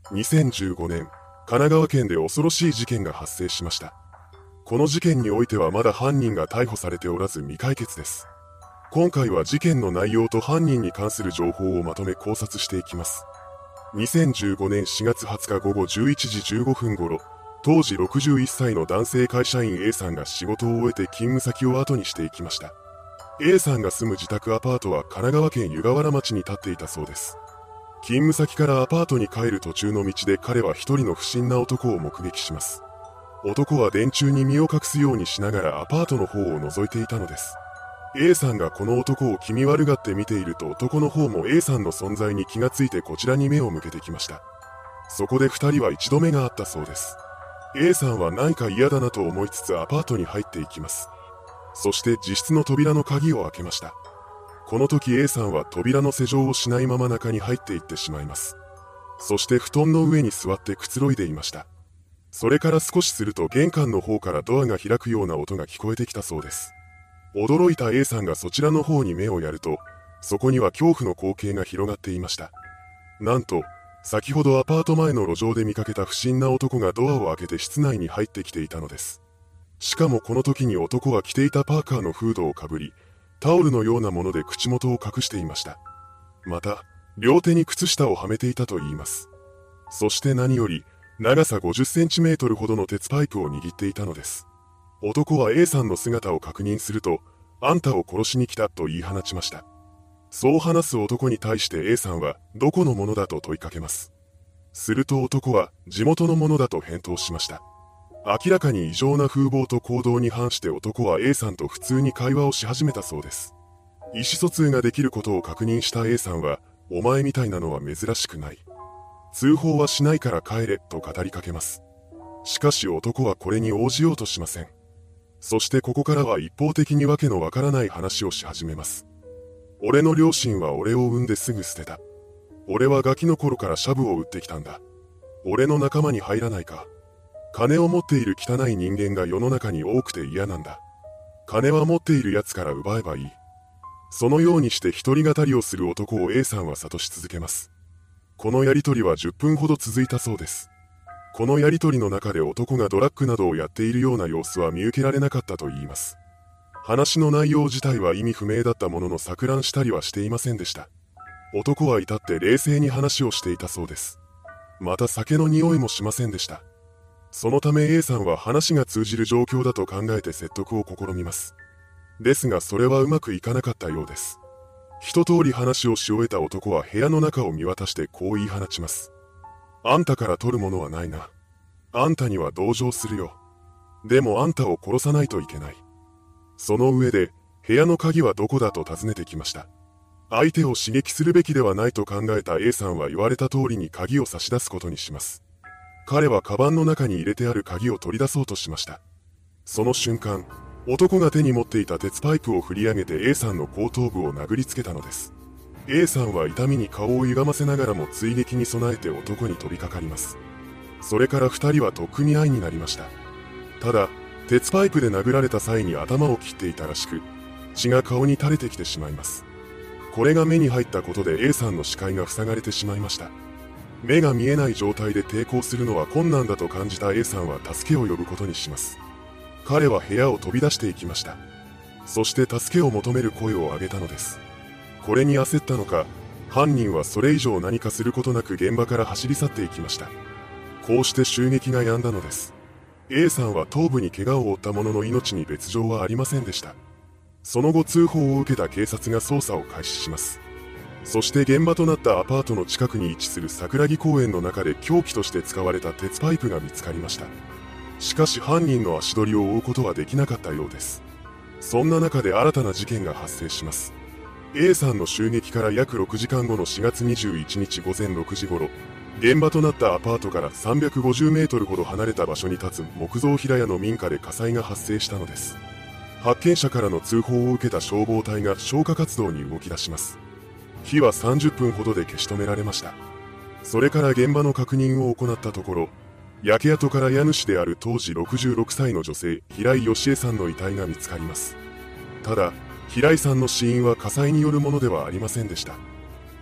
2015年、神奈川県で恐ろしい事件が発生しました。この事件においてはまだ犯人が逮捕されておらず未解決です。今回は事件の内容と犯人に関する情報をまとめ考察していきます。2015年4月20日午後11時15分頃、当時61歳の男性会社員 A さんが仕事を終えて勤務先を後にしていきました。A さんが住む自宅アパートは神奈川県湯河原町に建っていたそうです。勤務先からアパートに帰る途中の道で彼は一人の不審な男を目撃します。男は電柱に身を隠すようにしながらアパートの方を覗いていたのです。A さんがこの男を気味悪がって見ていると男の方も A さんの存在に気がついてこちらに目を向けてきました。そこで二人は一度目があったそうです。A さんは何か嫌だなと思いつつアパートに入っていきます。そして自室の扉の鍵を開けました。この時 A さんは扉の施錠をしないまま中に入っていってしまいます。そして布団の上に座ってくつろいでいました。それから少しすると玄関の方からドアが開くような音が聞こえてきたそうです。驚いた A さんがそちらの方に目をやると、そこには恐怖の光景が広がっていました。なんと、先ほどアパート前の路上で見かけた不審な男がドアを開けて室内に入ってきていたのです。しかもこの時に男は着ていたパーカーのフードをかぶり、タオルのようなもので口元を隠していました。また、両手に靴下をはめていたといいます。そして何より、長さ50センチメートルほどの鉄パイプを握っていたのです。男は A さんの姿を確認すると、あんたを殺しに来たと言い放ちました。そう話す男に対して A さんは、どこのものだと問いかけます。すると男は、地元のものだと返答しました。明らかに異常な風貌と行動に反して男は A さんと普通に会話をし始めたそうです。意思疎通ができることを確認した A さんは、お前みたいなのは珍しくない。通報はしないから帰れと語りかけます。しかし男はこれに応じようとしません。そしてここからは一方的にわけのわからない話をし始めます。俺の両親は俺を産んですぐ捨てた。俺はガキの頃からシャブを打ってきたんだ。俺の仲間に入らないか。金を持っている汚い人間が世の中に多くて嫌なんだ。金は持っている奴から奪えばいい。そのようにして一人語りをする男を A さんは諭し続けます。このやりとりは10分ほど続いたそうです。このやりとりの中で男がドラッグなどをやっているような様子は見受けられなかったといいます。話の内容自体は意味不明だったものの錯乱したりはしていませんでした。男は至って冷静に話をしていたそうです。また酒の匂いもしませんでした。そのため A さんは話が通じる状況だと考えて説得を試みます。ですがそれはうまくいかなかったようです。一通り話をし終えた男は部屋の中を見渡してこう言い放ちます。あんたから取るものはないな。あんたには同情するよ。でもあんたを殺さないといけない。その上で、部屋の鍵はどこだと尋ねてきました。相手を刺激するべきではないと考えた A さんは言われた通りに鍵を差し出すことにします。彼はカバンの中に入れてある鍵を取り出そうとしました。その瞬間、男が手に持っていた鉄パイプを振り上げて A さんの後頭部を殴りつけたのです。A さんは痛みに顔を歪ませながらも追撃に備えて男に飛びかかります。それから二人は取っ組み合いになりました。ただ、鉄パイプで殴られた際に頭を切っていたらしく、血が顔に垂れてきてしまいます。これが目に入ったことで A さんの視界が塞がれてしまいました。目が見えない状態で抵抗するのは困難だと感じた A さんは助けを呼ぶことにします。彼は部屋を飛び出していきました。そして助けを求める声を上げたのです。これに焦ったのか、犯人はそれ以上何かすることなく現場から走り去っていきました。こうして襲撃が止んだのです。A さんは頭部に怪我を負ったものの命に別状はありませんでした。その後通報を受けた警察が捜査を開始します。そして現場となったアパートの近くに位置する桜木公園の中で凶器として使われた鉄パイプが見つかりました。しかし犯人の足取りを追うことはできなかったようです。そんな中で新たな事件が発生します。A さんの襲撃から約6時間後の4月21日午前6時頃、現場となったアパートから350メートルほど離れた場所に立つ木造平屋の民家で火災が発生したのです。発見者からの通報を受けた消防隊が消火活動に動き出します。火は30分ほどで消し止められました。それから現場の確認を行ったところ、焼け跡から家主である当時66歳の女性、平井義恵さんの遺体が見つかります。ただ、平井さんの死因は火災によるものではありませんでした。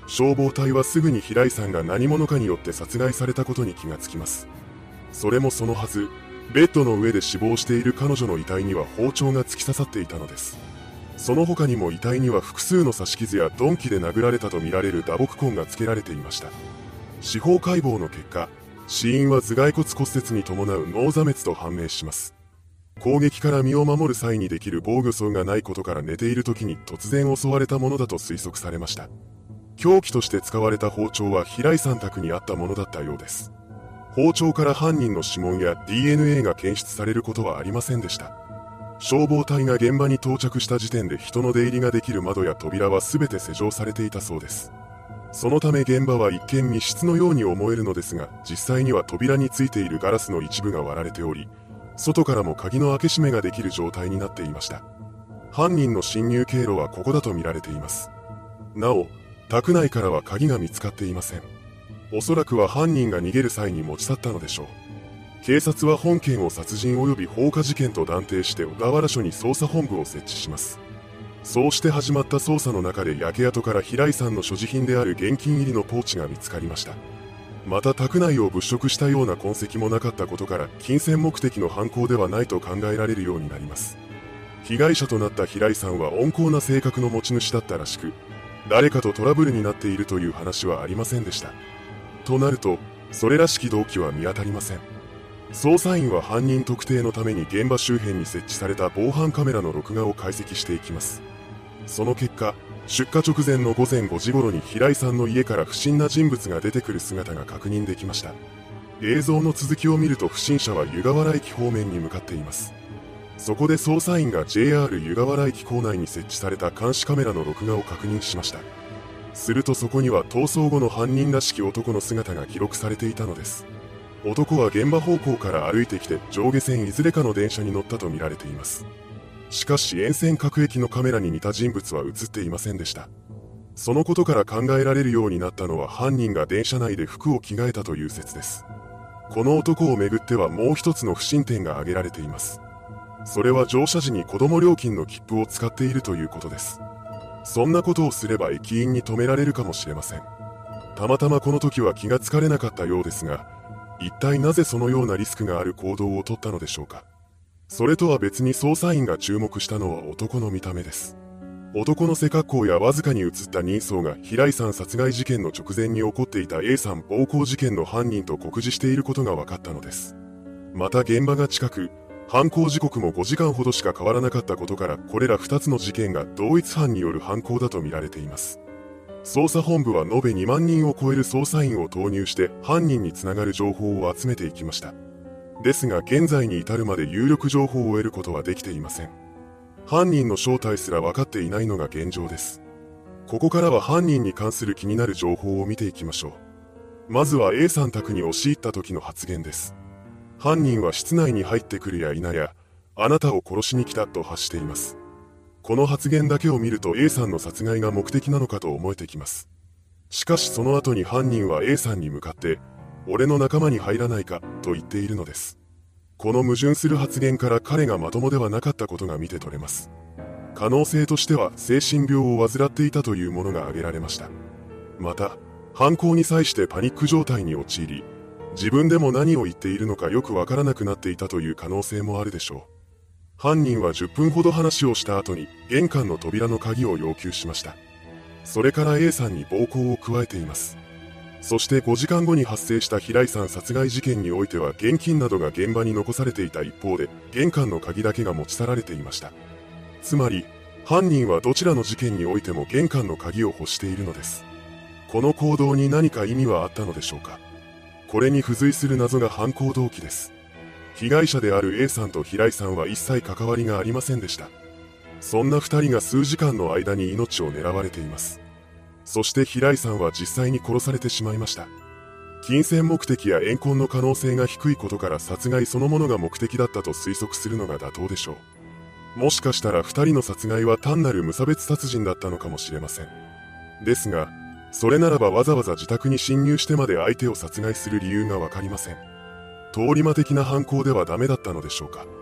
消防隊はすぐに平井さんが何者かによって殺害されたことに気がつきます。それもそのはず、ベッドの上で死亡している彼女の遺体には包丁が突き刺さっていたのです。その他にも遺体には複数の刺し傷や鈍器で殴られたとみられる打撲痕がつけられていました。司法解剖の結果、死因は頭蓋骨骨折に伴う脳挫滅と判明します。攻撃から身を守る際にできる防御層がないことから寝ている時に突然襲われたものだと推測されました。凶器として使われた包丁は平井さん宅にあったものだったようです。包丁から犯人の指紋や DNA が検出されることはありませんでした。消防隊が現場に到着した時点で人の出入りができる窓や扉は全て施錠されていたそうです。そのため現場は一見密室のように思えるのですが、実際には扉についているガラスの一部が割られており、外からも鍵の開け閉めができる状態になっていました。犯人の侵入経路はここだと見られています。なお、宅内からは鍵が見つかっていません。おそらくは犯人が逃げる際に持ち去ったのでしょう。警察は本件を殺人及び放火事件と断定して小田原署に捜査本部を設置します。そうして始まった捜査の中で焼け跡から平井さんの所持品である現金入りのポーチが見つかりました。また宅内を物色したような痕跡もなかったことから金銭目的の犯行ではないと考えられるようになります。被害者となった平井さんは温厚な性格の持ち主だったらしく、誰かとトラブルになっているという話はありませんでした。となると、それらしき動機は見当たりません。捜査員は犯人特定のために現場周辺に設置された防犯カメラの録画を解析していきます。その結果、出火直前の午前5時頃に平井さんの家から不審な人物が出てくる姿が確認できました。映像の続きを見ると不審者は湯河原駅方面に向かっています。そこで捜査員が JR 湯河原駅構内に設置された監視カメラの録画を確認しました。するとそこには逃走後の犯人らしき男の姿が記録されていたのです。男は現場方向から歩いてきて上下線いずれかの電車に乗ったと見られています。しかし沿線各駅のカメラに似た人物は映っていませんでした。そのことから考えられるようになったのは犯人が電車内で服を着替えたという説です。この男をめぐってはもう一つの不審点が挙げられています。それは乗車時に子供料金の切符を使っているということです。そんなことをすれば駅員に止められるかもしれません。たまたまこの時は気がつかれなかったようですが、一体なぜそのようなリスクがある行動をとったのでしょうか。それとは別に捜査員が注目したのは男の見た目です。男の背格好やわずかに映った人相が平井さん殺害事件の直前に起こっていた A さん暴行事件の犯人と酷似していることが分かったのです。また現場が近く、犯行時刻も5時間ほどしか変わらなかったことから、これら2つの事件が同一犯による犯行だと見られています。捜査本部は延べ2万人を超える捜査員を投入して犯人につながる情報を集めていきました。ですが現在に至るまで有力情報を得ることはできていません。犯人の正体すら分かっていないのが現状です。ここからは犯人に関する気になる情報を見ていきましょう。まずは A さん宅に押し入った時の発言です。犯人は室内に入ってくるや否や、あなたを殺しに来たと発しています。この発言だけを見ると A さんの殺害が目的なのかと思えてきます。しかしその後に犯人は A さんに向かって、俺の仲間に入らないかと言っているのです。この矛盾する発言から彼がまともではなかったことが見て取れます。可能性としては精神病を患っていたというものが挙げられました。また、犯行に際してパニック状態に陥り、自分でも何を言っているのかよくわからなくなっていたという可能性もあるでしょう。犯人は10分ほど話をした後に玄関の扉の鍵を要求しました。それから A さんに暴行を加えています。そして5時間後に発生した平井さん殺害事件においては現金などが現場に残されていた一方で、玄関の鍵だけが持ち去られていました。つまり、犯人はどちらの事件においても玄関の鍵を欲しているのです。この行動に何か意味はあったのでしょうか。これに付随する謎が犯行動機です。被害者である A さんと平井さんは一切関わりがありませんでした。そんな2人が数時間の間に命を狙われています。そして平井さんは実際に殺されてしまいました。金銭目的や怨恨の可能性が低いことから殺害そのものが目的だったと推測するのが妥当でしょう。もしかしたら2人の殺害は単なる無差別殺人だったのかもしれません。ですが、それならばわざわざ自宅に侵入してまで相手を殺害する理由がわかりません。通り魔的な犯行ではダメだったのでしょうか。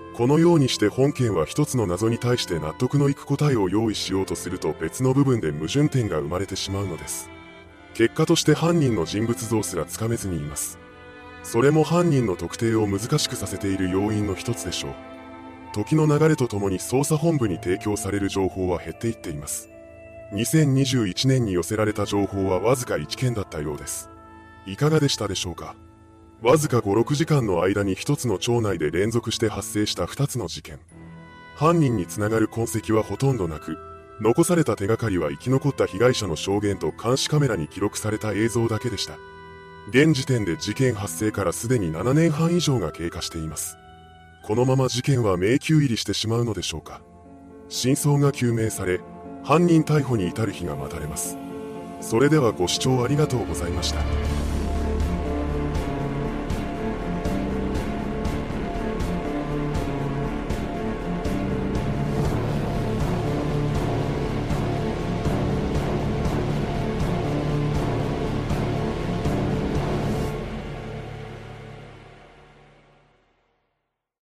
このようにして本件は一つの謎に対して納得のいく答えを用意しようとすると別の部分で矛盾点が生まれてしまうのです。結果として犯人の人物像すらつかめずにいます。それも犯人の特定を難しくさせている要因の一つでしょう。時の流れとともに捜査本部に提供される情報は減っていっています。2021年に寄せられた情報はわずか1件だったようです。いかがでしたでしょうか。わずか5、6時間の間に一つの町内で連続して発生した2つの事件。犯人につながる痕跡はほとんどなく、残された手がかりは生き残った被害者の証言と監視カメラに記録された映像だけでした。現時点で事件発生からすでに7年半以上が経過しています。このまま事件は迷宮入りしてしまうのでしょうか。真相が究明され、犯人逮捕に至る日が待たれます。それではご視聴ありがとうございました。